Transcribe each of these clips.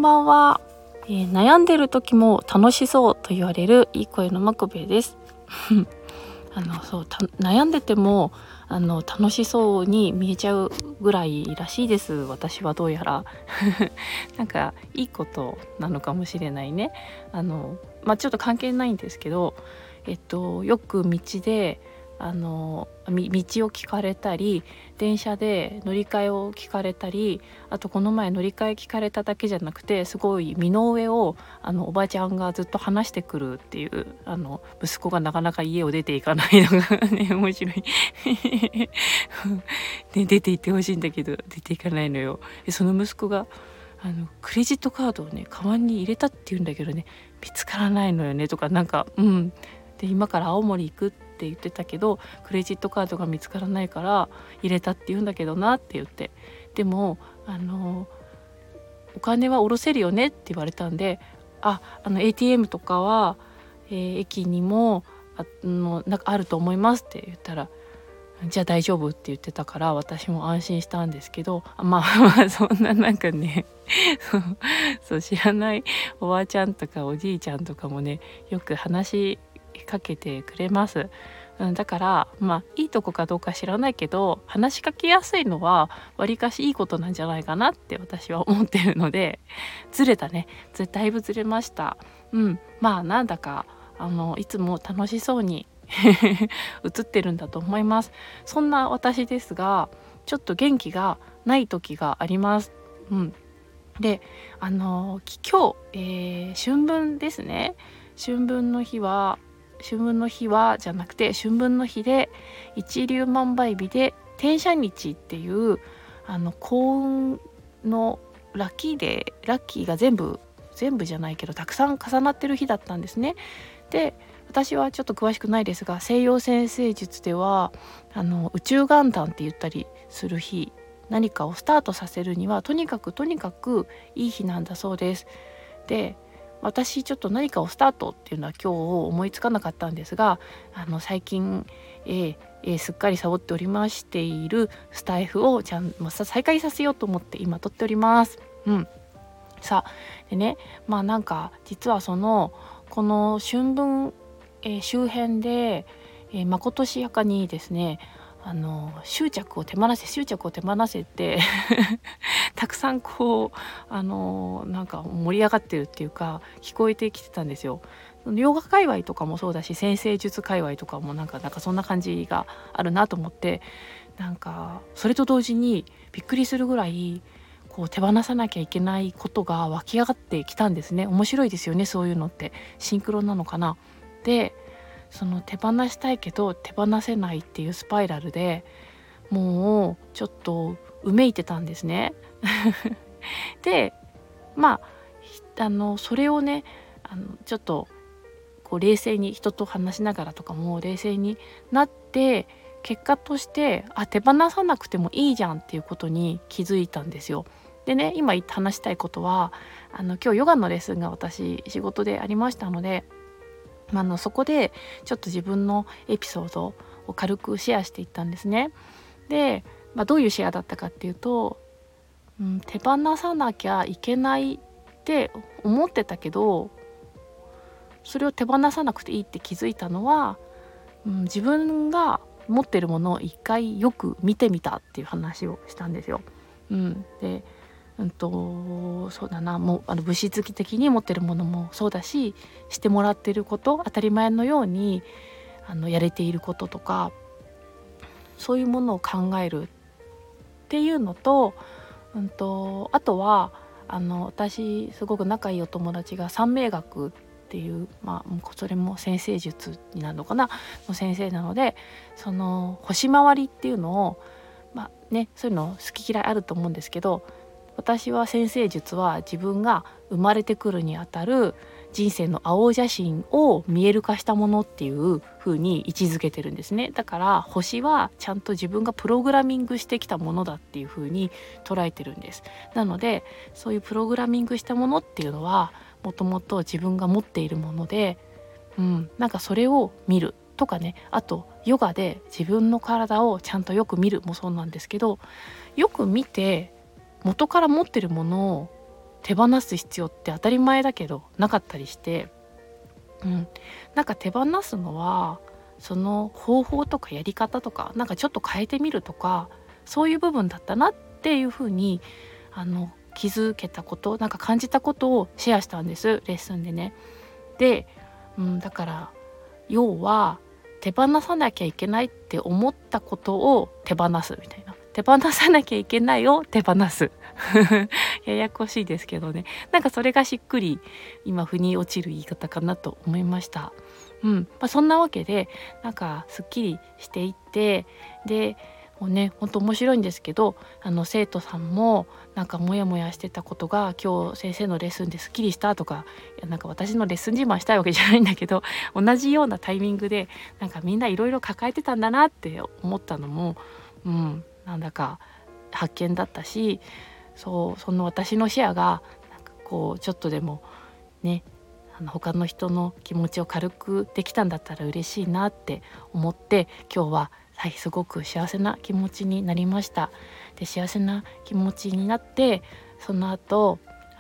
んばんは、悩んでる時も楽しそうと言われるいい声のまこべです悩んでても楽しそうに見えちゃうぐらいらしいです。私はどうやらなんかいいことなのかもしれないね。ちょっと関係ないんですけど、よく道で道を聞かれたり、電車で乗り換えを聞かれたり、あとこの前乗り換え聞かれただけじゃなくて、すごい身の上をおばちゃんがずっと話してくるっていう、息子がなかなか家を出ていかないのがね面白いね、出て行ってほしいんだけど出ていかないのよ。でその息子がクレジットカードをねカバンに入れたって言うんだけどね、見つからないのよねとか、で今から青森行くって言ってたけどクレジットカードが見つからないから入れたって言うんだけどなって言って、でもお金は下ろせるよねって言われたんで、ATM とかは、駅にもなんかあると思いますって言ったら、じゃあ大丈夫って言ってたから私も安心したんですけど、そんななんかねそう知らないおばあちゃんとかおじいちゃんとかもねよく話しかけてくれます。だからいいとこかどうか知らないけど話しかけやすいのはわりかしいいことなんじゃないかなって私は思ってるので、ずれたね、だいぶずれました。なんだかいつも楽しそうに映ってるんだと思います。そんな私ですが、ちょっと元気がない時があります。で今日、春分ですね。春分の日はじゃなくて春分の日で一粒万倍日で天赦日っていう幸運のラッキーが全部じゃないけどたくさん重なってる日だったんですね。で私はちょっと詳しくないですが、西洋占星術では宇宙元旦って言ったりする日、何かをスタートさせるにはとにかくいい日なんだそうです。で私ちょっと何かをスタートっていうのは今日思いつかなかったんですが、最近、すっかりサボっておりましているスタイフを再開させようと思って今撮っております。さあでね、なんか実はこの春分、周辺で、まことしやかにですね執着を手放せってたくさんなんか盛り上がってるっていうか聞こえてきてたんですよ。ヨガ界隈とかもそうだし、占星術界隈とかもなんかそんな感じがあるなと思って、なんかそれと同時にびっくりするぐらい手放さなきゃいけないことが湧き上がってきたんですね。面白いですよね、そういうのってシンクロなのかな。でその手放したいけど手放せないっていうスパイラルでもうちょっとうめいてたんですねでそれをねちょっと冷静に人と話しながらとかも冷静になって、結果として手放さなくてもいいじゃんっていうことに気づいたんですよ。でね、今話したいことは今日ヨガのレッスンが私仕事でありましたので、そこでちょっと自分のエピソードを軽くシェアしていったんですね。で、どういうシェアだったかっていうと、手放さなきゃいけないって思ってたけどそれを手放さなくていいって気づいたのは、自分が持ってるものを一回よく見てみたっていう話をしたんですよ。でそうだな、もう物質的に持ってるものもそうだし、してもらってること、当たり前のようにやれていることとか、そういうものを考えるっていうのと、あとは私すごく仲いいお友達が三名学っていう、それも占星術になるのかなの先生なので、その星回りっていうのをそういうの好き嫌いあると思うんですけど、私は占星術は自分が生まれてくるにあたる人生の青写真を見える化したものっていう風に位置づけてるんですね。だから星はちゃんと自分がプログラミングしてきたものだっていう風に捉えてるんです。なのでそういうプログラミングしたものっていうのはもともと自分が持っているもので、なんかそれを見るとかね、あとヨガで自分の体をちゃんとよく見るもそうなんですけど、よく見て元から持ってるものを手放す必要って当たり前だけどなかったりして、なんか手放すのはその方法とかやり方とかなんかちょっと変えてみるとか、そういう部分だったなっていうふうに気づけたこと、なんか感じたことをシェアしたんです、レッスンでね。で、だから要は手放さなきゃいけないって思ったことを手放すみたいな、手放さなきゃいけないを手放すややこしいですけどね、なんかそれがしっくり今腑に落ちる言い方かなと思いました。そんなわけでなんかすっきりしていって、でもうね本当面白いんですけど、生徒さんもなんかモヤモヤしてたことが今日先生のレッスンですっきりしたとか、いやなんか私のレッスン自慢したいわけじゃないんだけど、同じようなタイミングでなんかみんないろいろ抱えてたんだなって思ったのも、なんだか発見だったし、その私のシェアがなんかこうちょっとでもね他の人の気持ちを軽くできたんだったら嬉しいなって思って、今日はすごく幸せな気持ちになりました。で幸せな気持ちになって、その後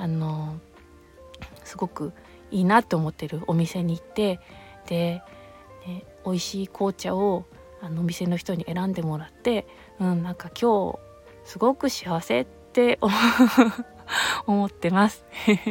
すごくいいなって思ってるお店に行って、で、美味しい紅茶をお店の人に選んでもらって、なんか今日すごく幸せって思ってます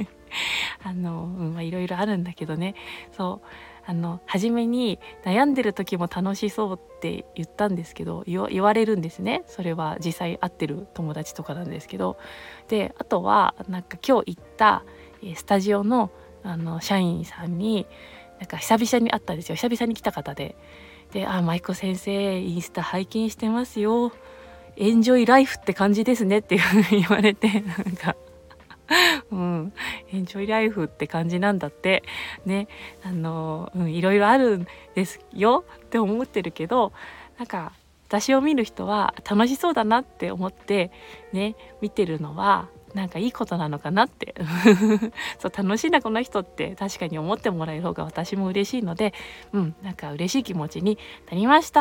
いろいろあるんだけどね。初めに悩んでる時も楽しそうって言ったんですけど、言われるんですね。それは実際会ってる友達とかなんですけど、であとはなんか今日行ったスタジオの社員さんになんか久々に会ったんですよ。久々に来た方で、舞子先生インスタ拝見してますよ、エンジョイライフって感じですねっていうふうに言われて、なんかエンジョイライフって感じなんだってね。いろいろあるんですよって思ってるけど、なんか私を見る人は楽しそうだなって思ってね見てるのはなんかいいことなのかなってそう楽しいなこの人って確かに思ってもらえる方が私も嬉しいので、なんか嬉しい気持ちになりました。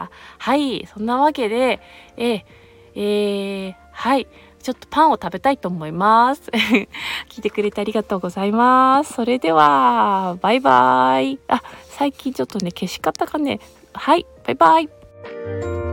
はい、そんなわけではい、ちょっとパンを食べたいと思います聞いてくれてありがとうございます。それではバイバイ。最近ちょっとね消し方がね、はいバイバイ。